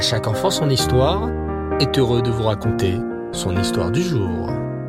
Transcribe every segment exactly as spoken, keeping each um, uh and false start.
À chaque enfant son histoire est heureux de vous raconter son histoire du jour.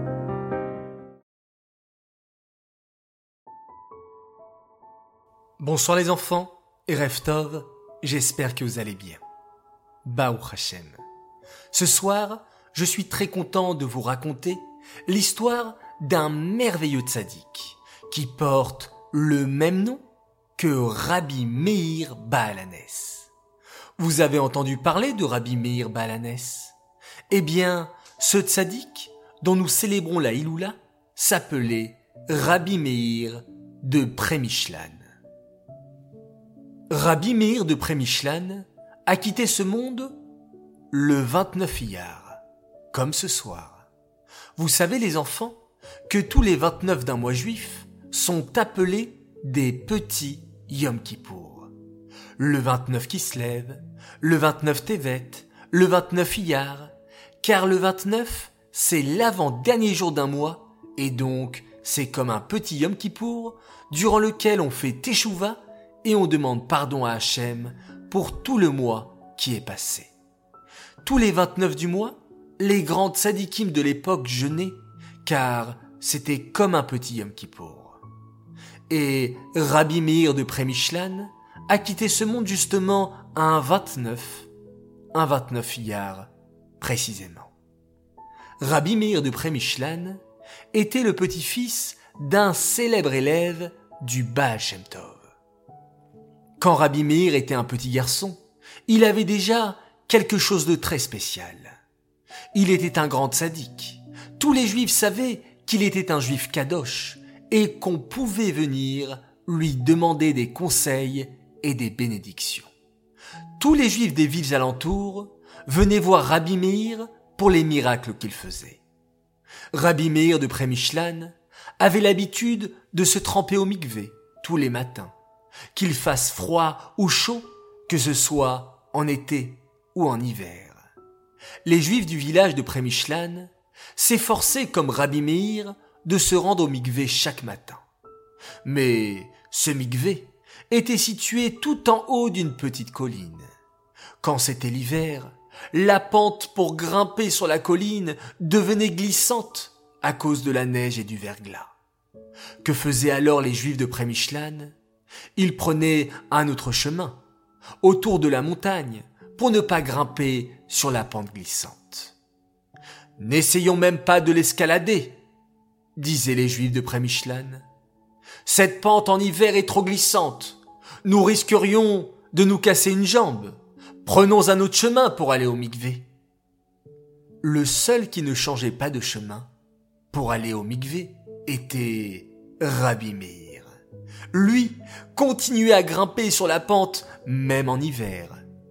Bonsoir les enfants, Erev Tov, j'espère que vous allez bien. Baruch Hashem. Ce soir, je suis très content de vous raconter l'histoire d'un merveilleux tzaddik qui porte le même nom que Rabbi Meir Baal HaNes. Vous avez entendu parler de Rabbi Meir Baal HaNes ? Eh bien, ce tzaddik dont nous célébrons la Hiloula s'appelait Rabbi Meir de Prémichlan. Rabbi Meir de Prémichlan a quitté ce monde le vingt-neuf Iyar, comme ce soir. Vous savez les enfants que tous les vingt-neuf d'un mois juif sont appelés des petits Yom Kippour. Le vingt-neuf Kislev, le vingt-neuf Tevet, le vingt-neuf Iyar, car le vingt-neuf c'est l'avant-dernier jour d'un mois et donc c'est comme un petit Yom Kippour durant lequel on fait Teshuvah et on demande pardon à Hachem pour tout le mois qui est passé. Tous les vingt-neuf du mois, les grands tzadikim de l'époque jeûnaient, car c'était comme un petit Yom Kippour. Et Rabbi Meir de Prémichlan a quitté ce monde justement un vingt-neuf, un vingt-neuf Iyar précisément. Rabbi Meir de Prémichlan était le petit-fils d'un célèbre élève du Baal Shem Tov. Quand Rabbi Meir était un petit garçon, il avait déjà quelque chose de très spécial. Il était un grand tzaddik. Tous les juifs savaient qu'il était un juif kadosh et qu'on pouvait venir lui demander des conseils et des bénédictions. Tous les juifs des villes alentours venaient voir Rabbi Meir pour les miracles qu'il faisait. Rabbi Meir de Prémichlan avait l'habitude de se tremper au mikvé tous les matins, qu'il fasse froid ou chaud, que ce soit en été ou en hiver. Les Juifs du village de Prémichlan s'efforçaient comme Rabbi Meir de se rendre au mikvé chaque matin. Mais ce mikvé était situé tout en haut d'une petite colline. Quand c'était l'hiver, la pente pour grimper sur la colline devenait glissante à cause de la neige et du verglas. Que faisaient alors les Juifs de Prémichlan ? Ils prenaient un autre chemin, autour de la montagne, pour ne pas grimper sur la pente glissante. « N'essayons même pas de l'escalader », disaient les Juifs de Prémichlan. « Cette pente en hiver est trop glissante. Nous risquerions de nous casser une jambe. Prenons un autre chemin pour aller au mikvé. » Le seul qui ne changeait pas de chemin pour aller au mikvé était Rabbi Meir. Lui continuait à grimper sur la pente, même en hiver,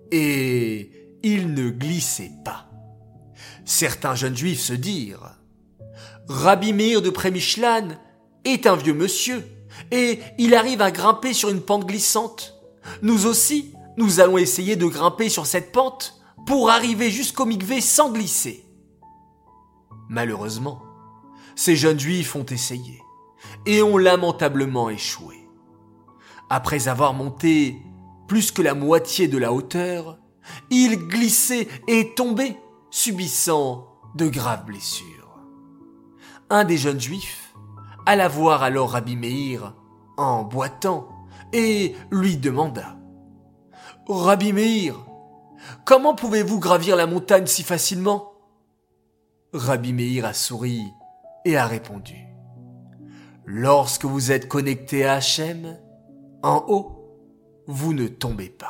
et il ne glissait pas. Certains jeunes juifs se dirent « Rabbi Meir de Prémichlan est un vieux monsieur, et il arrive à grimper sur une pente glissante. Nous aussi, nous allons essayer de grimper sur cette pente pour arriver jusqu'au mikvé sans glisser. » Malheureusement, ces jeunes juifs ont essayé, et ont lamentablement échoué. Après avoir monté plus que la moitié de la hauteur, ils glissaient et tombaient, subissant de graves blessures. Un des jeunes juifs alla voir alors Rabbi Meir en boitant et lui demanda « Rabbi Meir, comment pouvez-vous gravir la montagne si facilement ?» Rabbi Meir a souri et a répondu « Lorsque vous êtes connecté à Hachem, en haut, vous ne tombez pas. »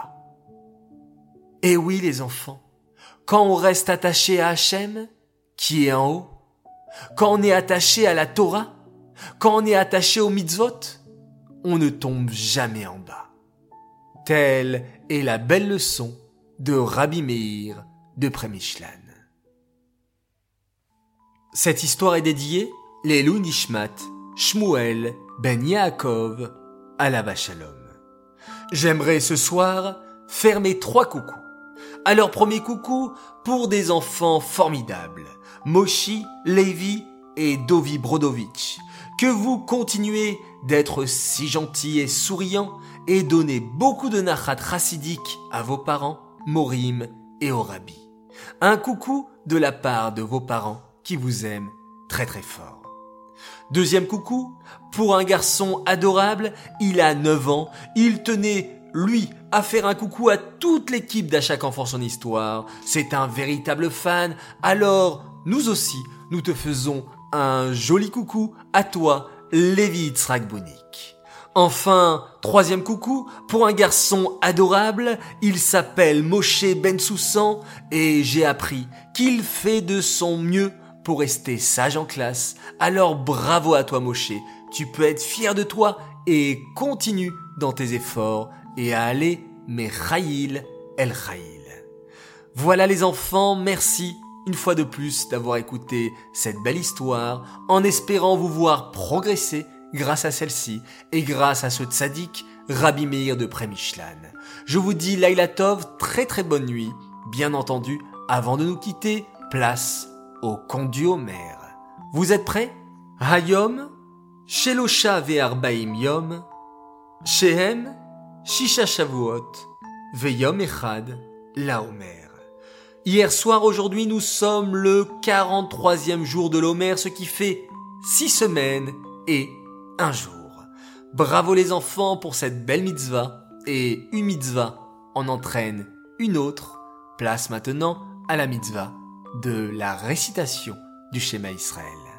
Et oui les enfants, quand on reste attaché à Hachem, qui est en haut, quand on est attaché à la Torah, quand on est attaché aux mitzvot, on ne tombe jamais en bas. Telle est la belle leçon de Rabbi Meir de Prémichlan. Cette histoire est dédiée Leilou Nishmat Shmuel ben Yaakov Alav Shalom. J'aimerais ce soir faire mes trois coucous. Alors premier coucou pour des enfants formidables, Moshi, Levi et Dovi Brodovitch. Que vous continuez d'être si gentils et souriants et donnez beaucoup de nachat chassidique à vos parents, Morim et au rabbi. Un coucou de la part de vos parents qui vous aiment très très fort. Deuxième coucou, pour un garçon adorable, il a neuf ans, il tenait, lui, à faire un coucou à toute l'équipe d'À chaque enfant son histoire. C'est un véritable fan, alors nous aussi, nous te faisons un joli coucou à toi, Lévi Yitzhak Bounik. Enfin, troisième coucou, pour un garçon adorable, il s'appelle Moshe Ben Soussan et j'ai appris qu'il fait de son mieux pour rester sage en classe. Alors bravo à toi Moshe, tu peux être fier de toi et continue dans tes efforts et à aller Mechaïl El Chaïl. Voilà les enfants, merci une fois de plus d'avoir écouté cette belle histoire en espérant vous voir progresser grâce à celle-ci et grâce à ce tzaddik Rabbi Meir de Prémichlan. Je vous dis Laila Tov, très très bonne nuit. Bien entendu, avant de nous quitter, place au conte du Homer. Vous êtes prêts? Hayom, Shelosha ve'arbaim yom, Shehem, Shisha Shavuot, ve'yom echad, la Homer. Hier soir, aujourd'hui, nous sommes le quarante-troisième jour de l'Homer, ce qui fait six semaines et un jour. Bravo les enfants pour cette belle mitzvah, et une mitzvah en entraîne une autre. Place maintenant à la mitzvah de la récitation du Shema Israël.